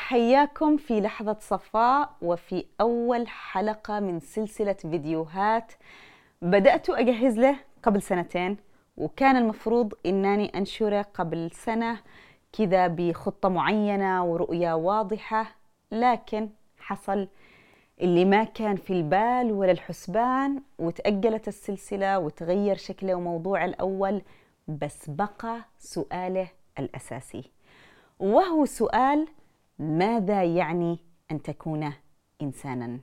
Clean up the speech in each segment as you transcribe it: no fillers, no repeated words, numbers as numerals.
حياكم في لحظة صفاء وفي أول حلقة من سلسلة فيديوهات بدأت أجهز له قبل سنتين، وكان المفروض إنني أنشره قبل سنة كذا بخطة معينة ورؤية واضحة، لكن حصل اللي ما كان في البال ولا الحسبان وتأجلت السلسلة وتغير شكله وموضوع الأول، بس بقى سؤاله الأساسي، وهو سؤال: ماذا يعني أن تكون إنساناً؟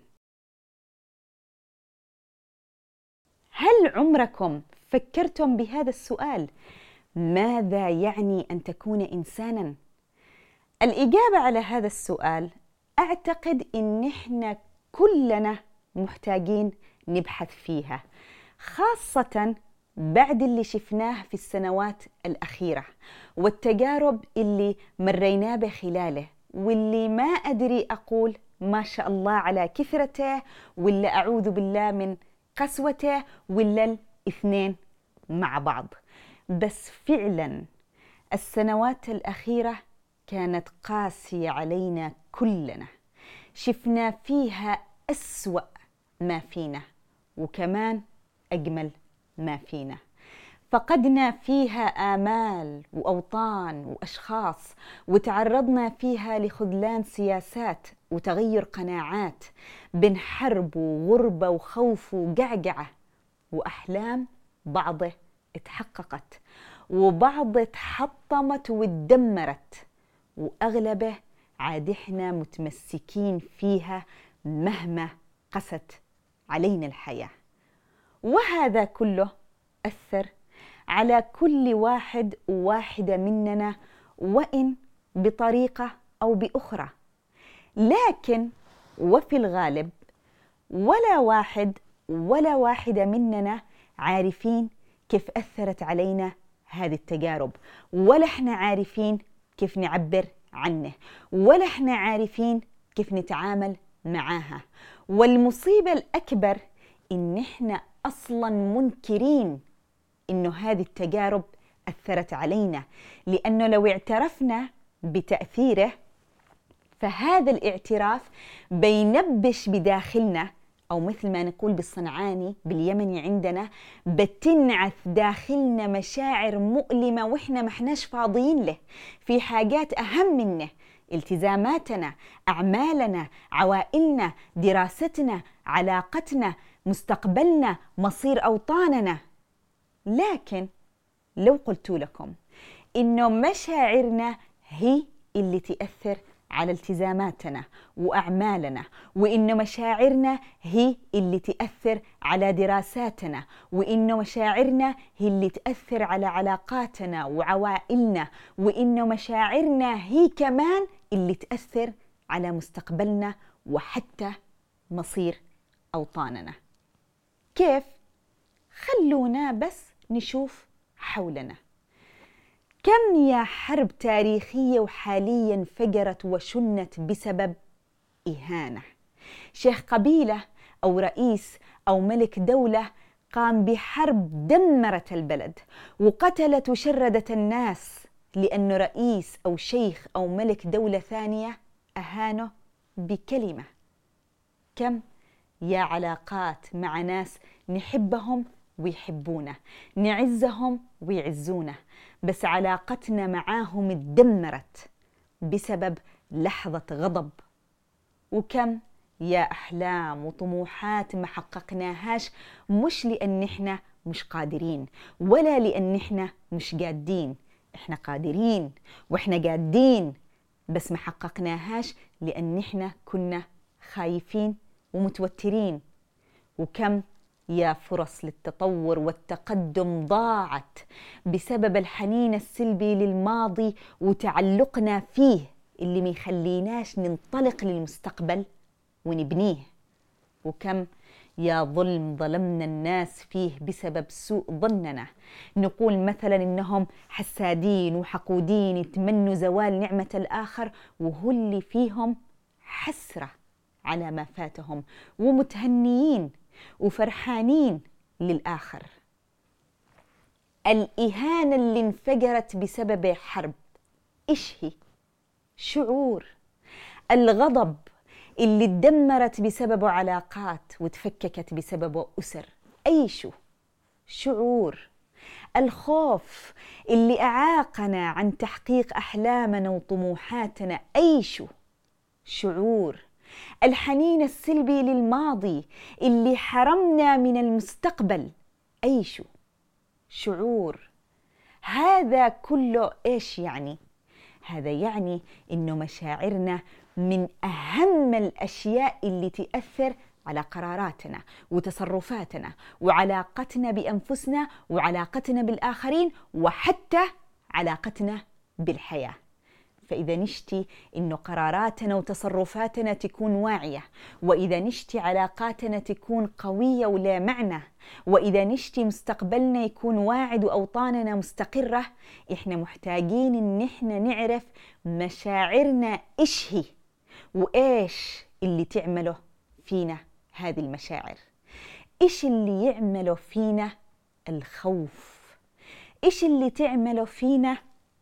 هل عمركم فكرتم بهذا السؤال؟ ماذا يعني أن تكون إنساناً؟ الإجابة على هذا السؤال أعتقد إن إحنا كلنا محتاجين نبحث فيها، خاصة بعد اللي شفناه في السنوات الأخيرة والتجارب اللي مرينا بخلاله، واللي ما أدري أقول ما شاء الله على كثرته ولا أعوذ بالله من قسوته ولا الاثنين مع بعض. بس فعلا السنوات الأخيرة كانت قاسية علينا كلنا، شفنا فيها أسوأ ما فينا وكمان أجمل ما فينا، فقدنا فيها آمال وأوطان وأشخاص، وتعرضنا فيها لخذلان سياسات وتغير قناعات بين حرب وغربة وخوف وقعقعة، وأحلام بعضه اتحققت وبعض اتحطمت واتدمرت، وأغلبه عاد احنا متمسكين فيها مهما قست علينا الحياة. وهذا كله أثر على كل واحد وواحدة مننا، وإن بطريقة أو بأخرى، لكن وفي الغالب ولا واحد ولا واحدة مننا عارفين كيف أثرت علينا هذه التجارب، ولا احنا عارفين كيف نعبر عنه، ولا احنا عارفين كيف نتعامل معاها. والمصيبة الأكبر إن احنا أصلا منكرين إنه هذه التجارب أثرت علينا، لأنه لو اعترفنا بتأثيره فهذا الاعتراف بينبش بداخلنا، أو مثل ما نقول بالصنعاني باليمني عندنا، بتنعث داخلنا مشاعر مؤلمة وإحنا ما احناش فاضيين له، في حاجات أهم منه: التزاماتنا، أعمالنا، عوائلنا، دراستنا، علاقتنا، مستقبلنا، مصير أوطاننا. لكن لو قلت لكم إنه مشاعرنا هي اللي تأثر على التزاماتنا وأعمالنا، وإنه مشاعرنا هي اللي تأثر على دراساتنا، وإنه مشاعرنا هي اللي تأثر على علاقاتنا وعوائلنا، وإنه مشاعرنا هي كمان اللي تأثر على مستقبلنا وحتى مصير أوطاننا. كيف؟ خلونا بس نشوف حولنا. كم يا حرب تاريخية وحاليا انفجرت وشنت بسبب إهانة. شيخ قبيلة أو رئيس أو ملك دولة قام بحرب دمرت البلد وقتلت وشردت الناس لأنه رئيس أو شيخ أو ملك دولة ثانية أهانه بكلمة. كم يا علاقات مع ناس نحبهم ويحبونا، نعزهم ويعزونا، بس علاقتنا معاهم اتدمرت بسبب لحظة غضب. وكم يا أحلام وطموحات ما حققناهاش، مش لأن احنا مش قادرين ولا لأن احنا مش قادين، احنا قادرين واحنا قادين، بس ما حققناهاش لأن احنا كنا خايفين ومتوترين. وكم يا فرص للتطور والتقدم ضاعت بسبب الحنين السلبي للماضي وتعلقنا فيه اللي ما يخليناش ننطلق للمستقبل ونبنيه. وكم يا ظلم ظلمنا الناس فيه بسبب سوء ظننا، نقول مثلا إنهم حسادين وحقودين يتمنوا زوال نعمة الآخر، وهو اللي فيهم حسرة على ما فاتهم ومتهنيين وفرحانين للآخر. الإهانة اللي انفجرت بسبب حرب إيش هي؟ شعور الغضب اللي اتدمرت بسببه علاقات وتفككت بسببه أسر، أي شعور. الخوف اللي أعاقنا عن تحقيق أحلامنا وطموحاتنا، أي شعور. الحنين السلبي للماضي اللي حرمنا من المستقبل، أي شعور. هذا كله إيش يعني؟ هذا يعني إنه مشاعرنا من أهم الأشياء اللي تأثر على قراراتنا وتصرفاتنا وعلاقتنا بأنفسنا وعلاقتنا بالآخرين وحتى علاقتنا بالحياة. فإذا نشتي إنه قراراتنا وتصرفاتنا تكون واعية، وإذا نشتي علاقاتنا تكون قوية ولا معنى، وإذا نشتي مستقبلنا يكون واعد وأوطاننا مستقرة، إحنا محتاجين إن إحنا نعرف مشاعرنا إيش هي، وإيش اللي تعمله فينا هذه المشاعر. إيش اللي يعمله فينا الخوف؟ إيش اللي تعمله فينا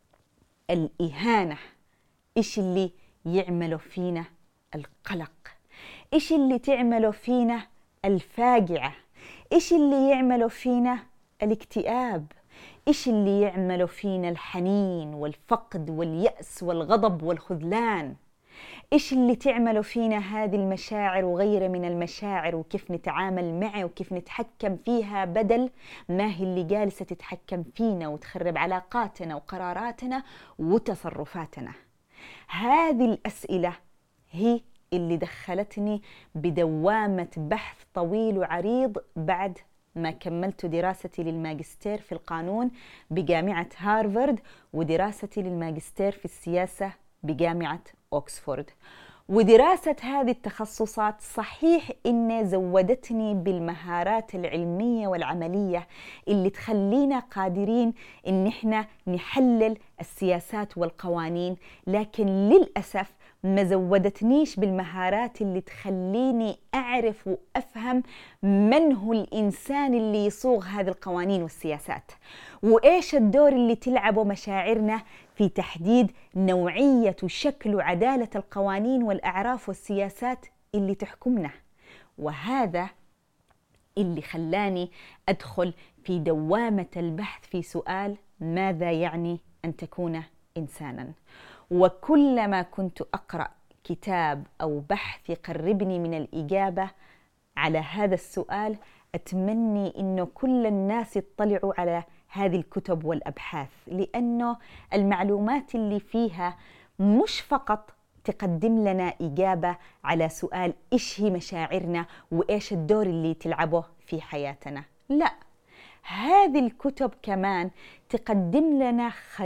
الإهانة؟ إيش اللي يعمله فينا القلق؟ إيش اللي تعمله فينا الفاجعة؟ إيش اللي يعمله فينا الاكتئاب؟ إيش اللي يعمله فينا الحنين والفقد واليأس والغضب والخذلان؟ إيش اللي تعمله فينا هذه المشاعر وغيرها من المشاعر، وكيف نتعامل معها وكيف نتحكم فيها بدل ما هي اللي جالسة تتحكم فينا وتخرب علاقاتنا وقراراتنا وتصرفاتنا. هذه الأسئلة هي اللي دخلتني بدوامة بحث طويل وعريض بعد ما كملت دراستي للماجستير في القانون بجامعة هارفارد، ودراستي للماجستير في السياسة بجامعة أوكسفورد. ودراسة هذه التخصصات صحيح إن زودتني بالمهارات العلمية والعملية اللي تخلينا قادرين إن إحنا نحلل السياسات والقوانين، لكن للأسف ما زودتنيش بالمهارات اللي تخليني أعرف وأفهم من هو الإنسان اللي يصوغ هذه القوانين والسياسات، وإيش الدور اللي تلعبه مشاعرنا في تحديد نوعية وشكل وعدالة القوانين والأعراف والسياسات اللي تحكمنا. وهذا اللي خلاني أدخل في دوامة البحث في سؤال: ماذا يعني أن تكون إنسانا؟ وكلما كنت أقرأ كتاب أو بحث يقربني من الإجابة على هذا السؤال، أتمنى إنه كل الناس يطلعوا على هذه الكتب والأبحاث، لأنه المعلومات اللي فيها مش فقط تقدم لنا إجابة على سؤال إيش هي مشاعرنا وإيش الدور اللي تلعبه في حياتنا، لا، هذه الكتب كمان تقدم لنا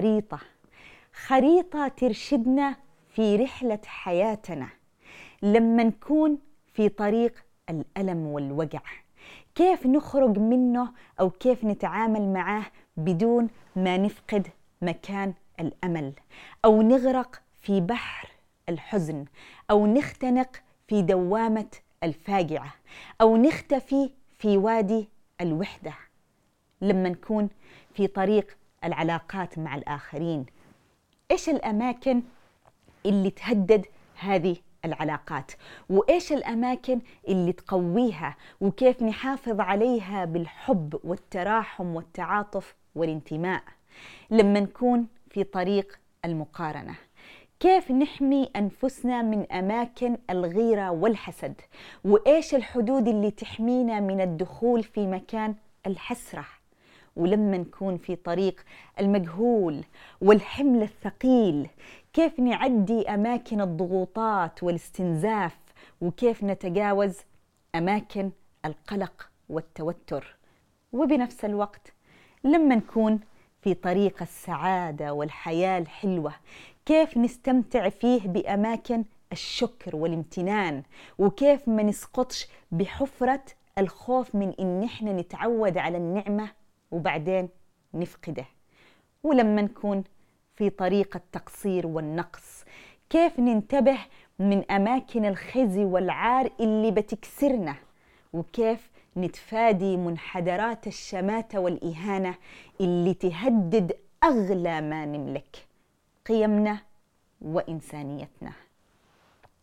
خريطة ترشدنا في رحلة حياتنا لما نكون في طريق الألم والوجع، كيف نخرج منه أو كيف نتعامل معه بدون ما نفقد مكان الأمل، أو نغرق في بحر الحزن، أو نختنق في دوامة الفاجعة، أو نختفي في وادي الوحدة لما نكون في طريق العلاقات مع الآخرين. إيش الأماكن اللي تهدد هذه العلاقات، وإيش الأماكن اللي تقويها، وكيف نحافظ عليها بالحب والتراحم والتعاطف والانتماء لما نكون في طريق المقارنة، كيف نحمي أنفسنا من أماكن الغيرة والحسد، وإيش الحدود اللي تحمينا من الدخول في مكان الحسرة، ولما نكون في طريق المجهول والحمل الثقيل كيف نعدي أماكن الضغوطات والاستنزاف، وكيف نتجاوز أماكن القلق والتوتر. وبنفس الوقت لما نكون في طريق السعادة والحياة الحلوة كيف نستمتع فيه بأماكن الشكر والامتنان، وكيف ما نسقطش بحفرة الخوف من إن احنا نتعود على النعمة وبعدين نفقده. ولما نكون في طريق التقصير والنقص كيف ننتبه من أماكن الخزي والعار اللي بتكسرنا، وكيف نتفادي منحدرات الشماتة والإهانة اللي تهدد أغلى ما نملك، قيمنا وإنسانيتنا.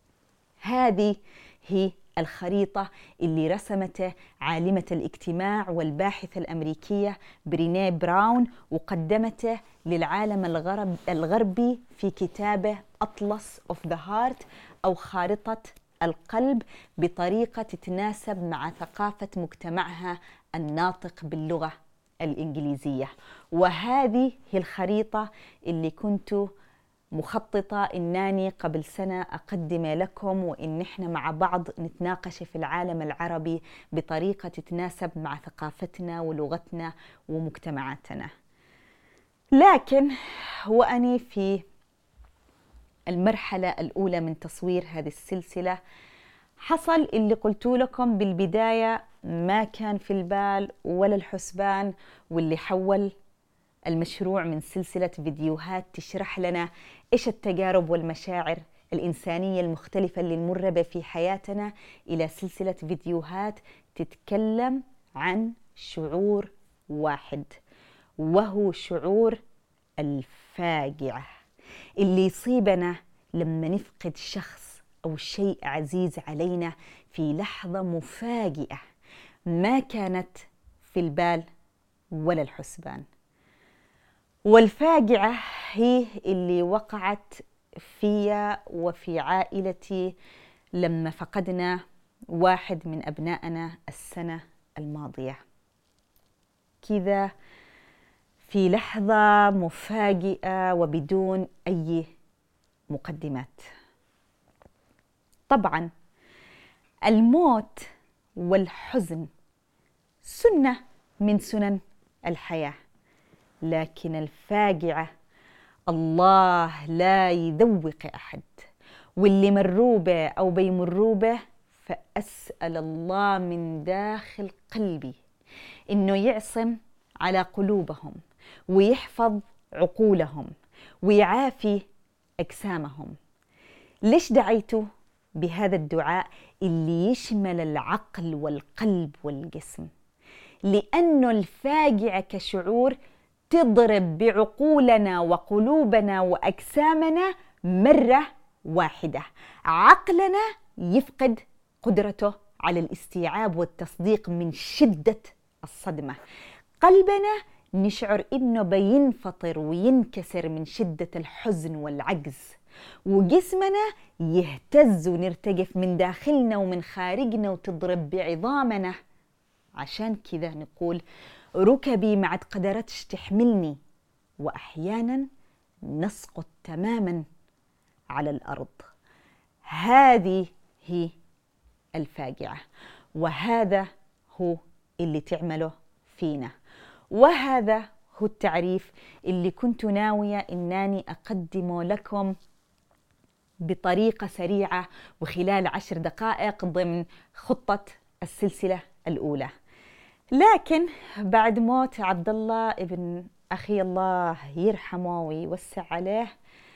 هذه هي الخريطة اللي رسمته عالمة الاجتماع والباحثة الأمريكية برينيه براون، وقدمته للعالم الغربي في كتابه أطلس أوف ذا هارت، أو خارطة القلب، بطريقة تتناسب مع ثقافة مجتمعها الناطق باللغة الإنجليزية. وهذه هي الخريطة اللي كنت مخططة إنني قبل سنة أقدم لكم، وإن إحنا مع بعض نتناقش في العالم العربي بطريقة تتناسب مع ثقافتنا ولغتنا ومجتمعاتنا. لكن وأني في المرحلة الأولى من تصوير هذه السلسلة حصل اللي قلت لكم بالبداية، ما كان في البال ولا الحسبان، واللي حول المشروع من سلسلة فيديوهات تشرح لنا إيش التجارب والمشاعر الإنسانية المختلفة اللي نمر بها في حياتنا إلى سلسلة فيديوهات تتكلم عن شعور واحد، وهو شعور الفاجعة اللي يصيبنا لما نفقد شخص أو شيء عزيز علينا في لحظة مفاجئة ما كانت في البال ولا الحسبان. والفاجعة هي اللي وقعت فيا وفي عائلتي لما فقدنا واحد من أبنائنا السنة الماضية، كذا في لحظة مفاجئة وبدون أي مقدمات. طبعا الموت والحزن سنة من سنن الحياة، لكن الفاجعة الله لا يذوق أحد، واللي مروا به أو بيمروا به فأسأل الله من داخل قلبي إنه يعصم على قلوبهم ويحفظ عقولهم ويعافي أجسامهم. ليش دعيت بهذا الدعاء اللي يشمل العقل والقلب والجسم؟ لأنه الفاجعة كشعور تضرب بعقولنا وقلوبنا وأجسامنا مرة واحدة. عقلنا يفقد قدرته على الاستيعاب والتصديق من شدة الصدمة، قلبنا نشعر إنه بينفطر وينكسر من شدة الحزن والعجز، وجسمنا يهتز ونرتجف من داخلنا ومن خارجنا وتضرب بعظامنا. عشان كذا نقول ركبي ما عاد قدرتش تحملني، وأحيانا نسقط تماما على الأرض. هذه هي الفاجعة، وهذا هو اللي تعمله فينا، وهذا هو التعريف اللي كنت ناوية إنني أقدمه لكم بطريقة سريعة وخلال 10 دقائق ضمن خطة السلسلة الأولى. لكن بعد موت عبد الله ابن أخي الله يرحمه ويوسع عليه،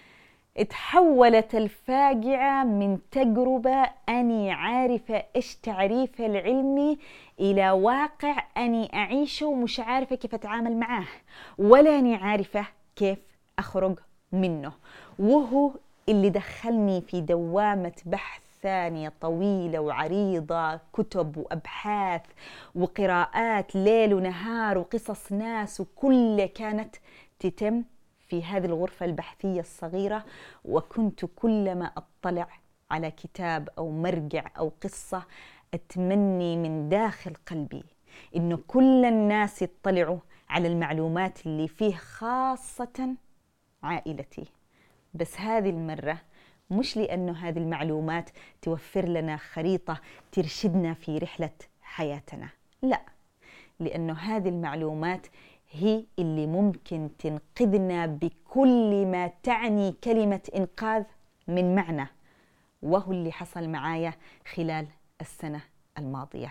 اتحولت الفاجعة من تجربة أني عارفة إيش تعريفها العلمي إلى واقع أني أعيشه ومش عارفة كيف أتعامل معاه، ولا أني عارفة كيف أخرج منه. وهو اللي دخلني في دوامة بحث ثانية طويلة وعريضة، كتب وأبحاث وقراءات ليل ونهار وقصص ناس، وكل كانت تتم في هذه الغرفة البحثية الصغيرة. وكنت كلما أطلع على كتاب أو مرجع أو قصة أتمني من داخل قلبي إنه كل الناس يطلعوا على المعلومات اللي فيه، خاصة عائلتي. بس هذه المرة مش لأنه هذه المعلومات توفر لنا خريطة ترشدنا في رحلة حياتنا، لا، لأنه هذه المعلومات هي اللي ممكن تنقذنا بكل ما تعني كلمة إنقاذ من معنى، وهو اللي حصل معايا خلال السنة الماضية.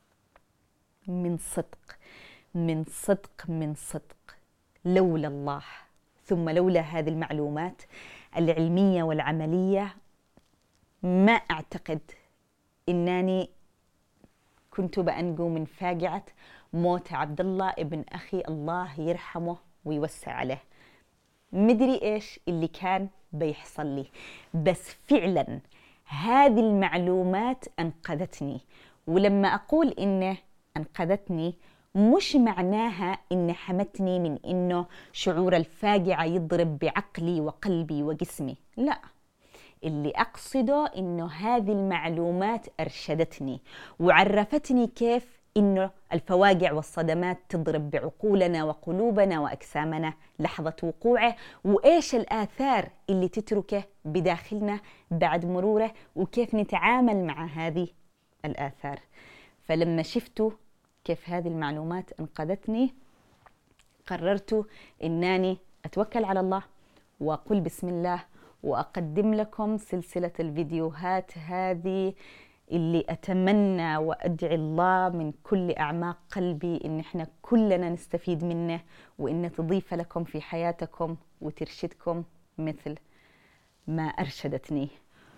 من صدق من صدق من صدق، لولا الله ثم لولا هذه المعلومات العلمية والعملية، ما أعتقد إنني كنت بأنجو من فاجعة موت عبد الله ابن أخي الله يرحمه ويوسع عليه. مدري إيش اللي كان بيحصل لي، بس فعلا هذه المعلومات أنقذتني. ولما أقول إنه أنقذتني مش معناها إن حمتني من إنه شعور الفاجعة يضرب بعقلي وقلبي وجسمي، لا، اللي أقصده إنه هذه المعلومات أرشدتني وعرفتني كيف إنه الفواجع والصدمات تضرب بعقولنا وقلوبنا وأجسامنا لحظة وقوعه، وإيش الآثار اللي تتركه بداخلنا بعد مروره، وكيف نتعامل مع هذه الآثار. فلما شفتوا كيف هذه المعلومات أنقذتني، قررت إنني أتوكل على الله وأقول بسم الله وأقدم لكم سلسلة الفيديوهات هذه اللي أتمنى وأدعي الله من كل أعماق قلبي إن إحنا كلنا نستفيد منه، وإن تضيف لكم في حياتكم وترشدكم مثل ما أرشدتني.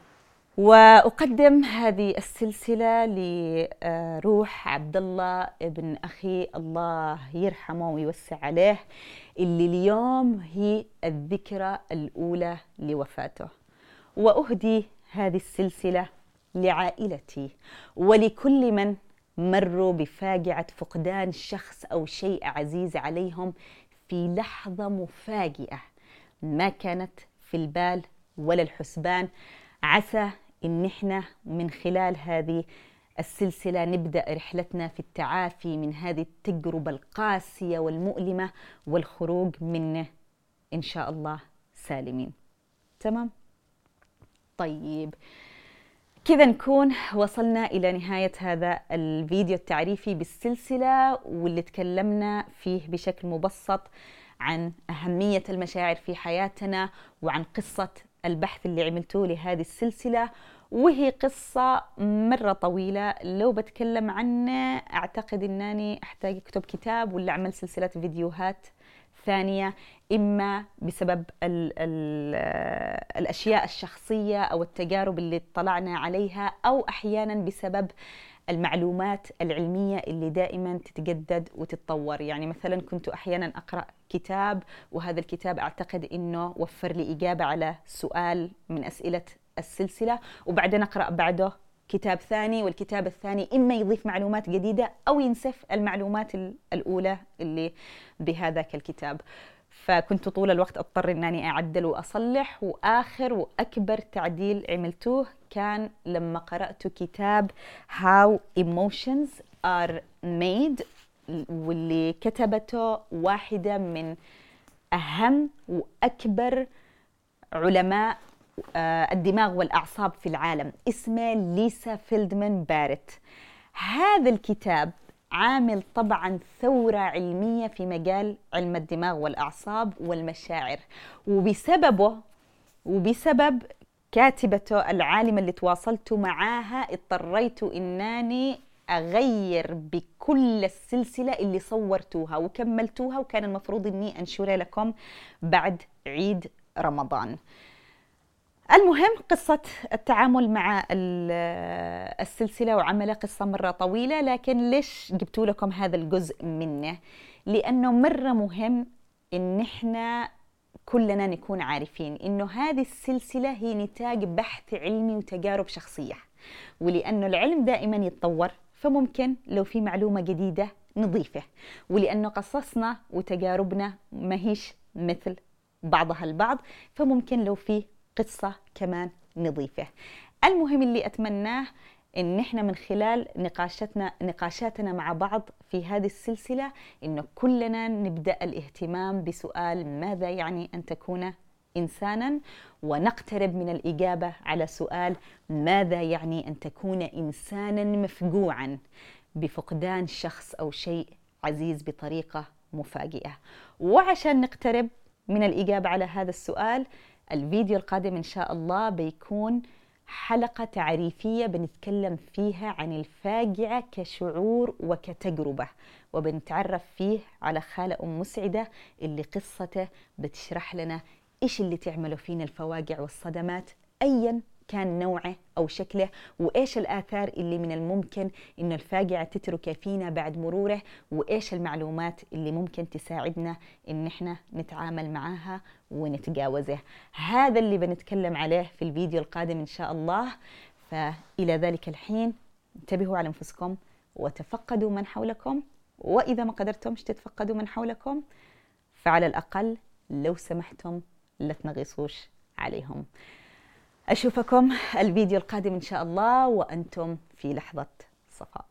وأقدم هذه السلسلة لروح عبد الله ابن أخي، الله يرحمه ويوسع عليه، اللي اليوم هي الذكرى الأولى لوفاته. وأهدي هذه السلسلة لعائلتي ولكل من مروا بفاجعة فقدان شخص أو شيء عزيز عليهم في لحظة مفاجئة ما كانت في البال ولا الحسبان. عسى إن احنا من خلال هذه السلسلة نبدأ رحلتنا في التعافي من هذه التجربة القاسية والمؤلمة والخروج منه إن شاء الله سالمين. تمام؟ طيب، كذا نكون وصلنا إلى نهاية هذا الفيديو التعريفي بالسلسلة، واللي تكلمنا فيه بشكل مبسط عن أهمية المشاعر في حياتنا، وعن قصة البحث اللي عملتوه لهذه السلسلة. وهي قصة مرة طويلة، لو بتكلم عنه أعتقد أنني أحتاج أكتب كتاب ولا أعمل سلسلة فيديوهات ثانية، إما بسبب الأشياء الشخصية أو التجارب اللي اطلعنا عليها، أو أحيانا بسبب المعلومات العلمية اللي دائما تتجدد وتتطور. يعني مثلا كنت أحيانا أقرأ كتاب، وهذا الكتاب أعتقد أنه وفر لي إجابة على سؤال من أسئلة السلسلة، وبعدين أقرأ بعده كتاب ثاني، والكتاب الثاني إما يضيف معلومات جديدة أو ينسف المعلومات الأولى اللي بهذاك الكتاب. فكنت طول الوقت أضطر أنني أعدل وأصلح. وآخر وأكبر تعديل عملتوه كان لما قرأت كتاب How Emotions Are Made، واللي كتبته واحدة من أهم وأكبر علماء الدماغ والأعصاب في العالم، اسمه ليسا فيلدمان بارت. هذا الكتاب عامل طبعا ثورة علمية في مجال علم الدماغ والأعصاب والمشاعر، وبسبب كاتبته العالمة اللي تواصلت معاها اضطريت إنني أغير بكل السلسلة اللي صورتوها وكملتوها، وكان المفروض إني أنشرها لكم بعد عيد رمضان. المهم، قصة التعامل مع السلسلة وعملها قصة مرة طويلة، لكن ليش جبتوا لكم هذا الجزء منه؟ لأنه مرة مهم إن إحنا كلنا نكون عارفين إنه هذه السلسلة هي نتاج بحث علمي وتجارب شخصية، ولأنه العلم دائما يتطور، فممكن لو في معلومة جديدة نضيفه، ولأنه قصصنا وتجاربنا ما هيش مثل بعضها البعض، فممكن لو في قصة كمان نضيفه. المهم اللي أتمناه إن إحنا من خلال نقاشاتنا مع بعض في هذه السلسلة إنه كلنا نبدأ الاهتمام بسؤال ماذا يعني أن تكون إنسانا، ونقترب من الإجابة على سؤال ماذا يعني أن تكون إنسانا مفجوعا بفقدان شخص أو شيء عزيز بطريقة مفاجئة. وعشان نقترب من الإجابة على هذا السؤال، الفيديو القادم إن شاء الله بيكون حلقة تعريفية بنتكلم فيها عن الفاجعة كشعور وكتجربة، وبنتعرف فيه على خالة أم مسعدة اللي قصته بتشرح لنا إيش اللي تعمله فينا الفواجع والصدمات أيا كان نوعه أو شكله، وإيش الآثار اللي من الممكن إنه الفاقعة تتركها فينا بعد مروره، وإيش المعلومات اللي ممكن تساعدنا إن إحنا نتعامل معاها ونتجاوزه. هذا اللي بنتكلم عليه في الفيديو القادم إن شاء الله. فإلى ذلك الحين انتبهوا على أنفسكم وتفقدوا من حولكم، وإذا ما قدرتمش تتفقدوا من حولكم فعلى الأقل لو سمحتم لا تنغصوش عليهم. أشوفكم الفيديو القادم إن شاء الله وأنتم في لحظة صفاء.